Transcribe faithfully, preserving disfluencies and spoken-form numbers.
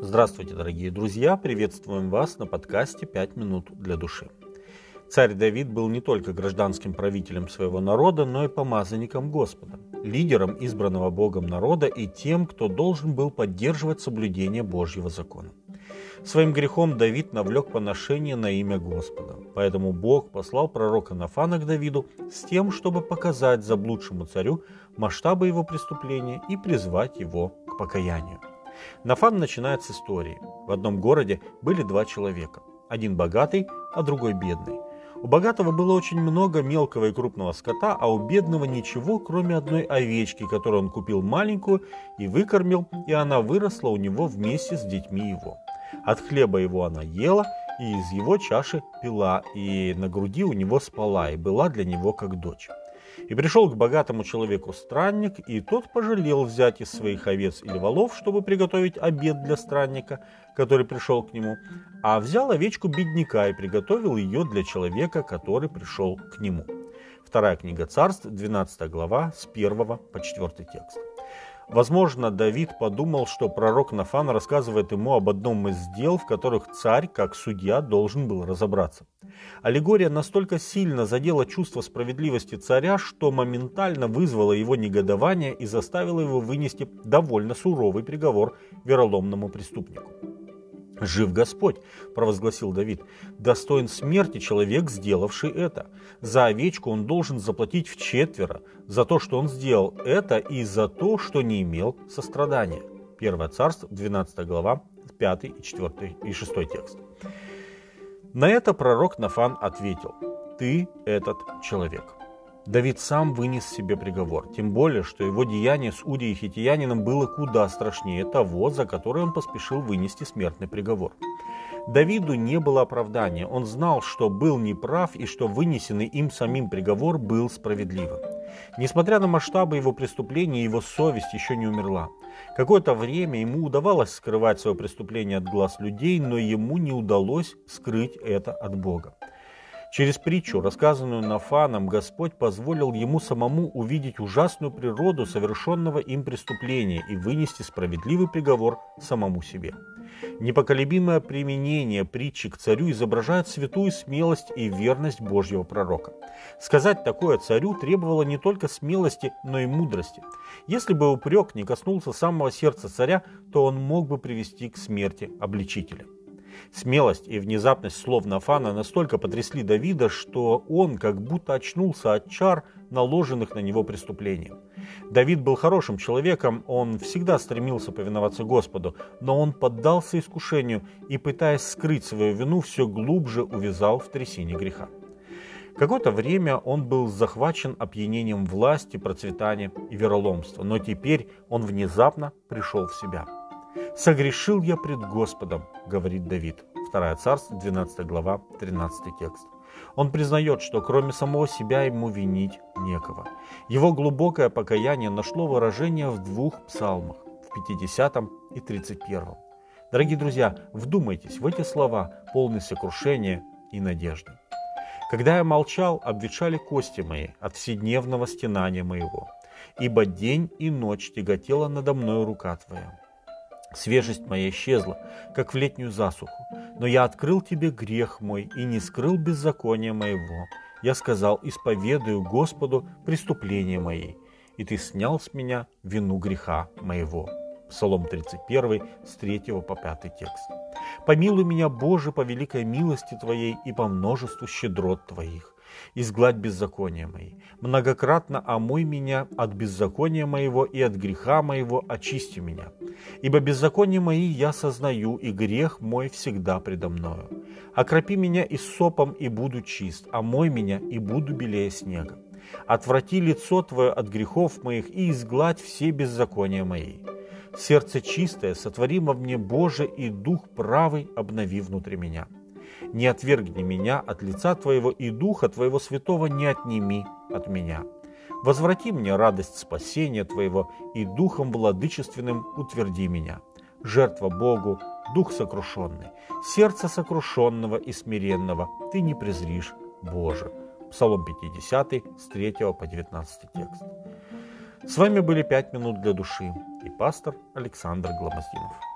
Здравствуйте, дорогие друзья! Приветствуем вас на подкасте «пять минут для души». Царь Давид был не только гражданским правителем своего народа, но и помазанником Господа, лидером избранного Богом народа и тем, кто должен был поддерживать соблюдение Божьего закона. Своим грехом Давид навлек поношение на имя Господа, поэтому Бог послал пророка Нафана к Давиду с тем, чтобы показать заблудшему царю масштабы его преступления и призвать его к покаянию. Нафан начинает с истории. В одном городе были два человека. Один богатый, а другой бедный. У богатого было очень много мелкого и крупного скота, а у бедного ничего, кроме одной овечки, которую он купил маленькую и выкормил, и она выросла у него вместе с детьми его. От хлеба его она ела, и из его чаши пила, и на груди у него спала, и была для него как дочь. И пришел к богатому человеку странник, и тот пожалел взять из своих овец или волов, чтобы приготовить обед для странника, который пришел к нему, а взял овечку бедняка и приготовил ее для человека, который пришел к нему. Вторая книга Царств, двенадцатая глава, с первого по четвёртый текст. Возможно, Давид подумал, что пророк Нафан рассказывает ему об одном из дел, в которых царь, как судья, должен был разобраться. Аллегория настолько сильно задела чувство справедливости царя, что моментально вызвала его негодование и заставила его вынести довольно суровый приговор вероломному преступнику. «Жив Господь», – провозгласил Давид, – «достоин смерти человек, сделавший это. За овечку он должен заплатить вчетверо, за то, что он сделал это, и за то, что не имел сострадания». Первое Царство, двенадцатая глава, пятый и четвёртый и шестой текст. На это пророк Нафан ответил: «Ты этот человек». Давид сам вынес себе приговор, тем более, что его деяние с Урией Хиттиянином было куда страшнее того, за которое он поспешил вынести смертный приговор. Давиду не было оправдания, он знал, что был неправ и что вынесенный им самим приговор был справедливым. Несмотря на масштабы его преступления, его совесть еще не умерла. Какое-то время ему удавалось скрывать свое преступление от глаз людей, но ему не удалось скрыть это от Бога. Через притчу, рассказанную Нафаном, Господь позволил ему самому увидеть ужасную природу совершенного им преступления и вынести справедливый приговор самому себе. Непоколебимое применение притчи к царю изображает святую смелость и верность Божьего пророка. Сказать такое царю требовало не только смелости, но и мудрости. Если бы упрек не коснулся самого сердца царя, то он мог бы привести к смерти обличителя. Смелость и внезапность слов Нафана настолько потрясли Давида, что он как будто очнулся от чар, наложенных на него преступлением. Давид был хорошим человеком, он всегда стремился повиноваться Господу, но он поддался искушению и, пытаясь скрыть свою вину, все глубже увязал в трясине греха. Какое-то время он был захвачен опьянением власти, процветания и вероломства, но теперь он внезапно пришел в себя. «Согрешил я пред Господом», — говорит Давид. Второе Царство, двенадцатая глава, тринадцатый текст. Он признает, что кроме самого себя ему винить некого. Его глубокое покаяние нашло выражение в двух псалмах, в пятидесятом и тридцать первом. Дорогие друзья, вдумайтесь в эти слова, полные сокрушения и надежды. «Когда я молчал, обветшали кости мои от вседневного стенания моего, ибо день и ночь тяготела надо мною рука твоя. Свежесть моя исчезла, как в летнюю засуху, но я открыл тебе грех мой и не скрыл беззакония моего. Я сказал: исповедую Господу преступления мои, и ты снял с меня вину греха моего». Псалом тридцать один, с третьего по пятый текст. «Помилуй меня, Боже, по великой милости Твоей и по множеству щедрот Твоих. Изгладь беззакония мои. Многократно омой меня от беззакония моего и от греха моего очисти меня. Ибо беззаконие мои я сознаю, и грех мой всегда предо мною. Окропи меня иссопом, и буду чист, омой меня, и буду белее снега. Отврати лицо Твое от грехов моих, и изгладь все беззакония мои. Сердце чистое сотвори во мне, Боже, и дух правый обнови внутри меня. Не отвергни меня от лица Твоего, и Духа Твоего Святого не отними от меня. Возврати мне радость спасения Твоего, и Духом владычественным утверди меня. Жертва Богу, дух сокрушенный, сердце сокрушенного и смиренного Ты не презришь, Боже». Псалом пятидесятый, с третьего по девятнадцатый текст. С вами были «пять минут для души» и пастор Александр Гломоздинов.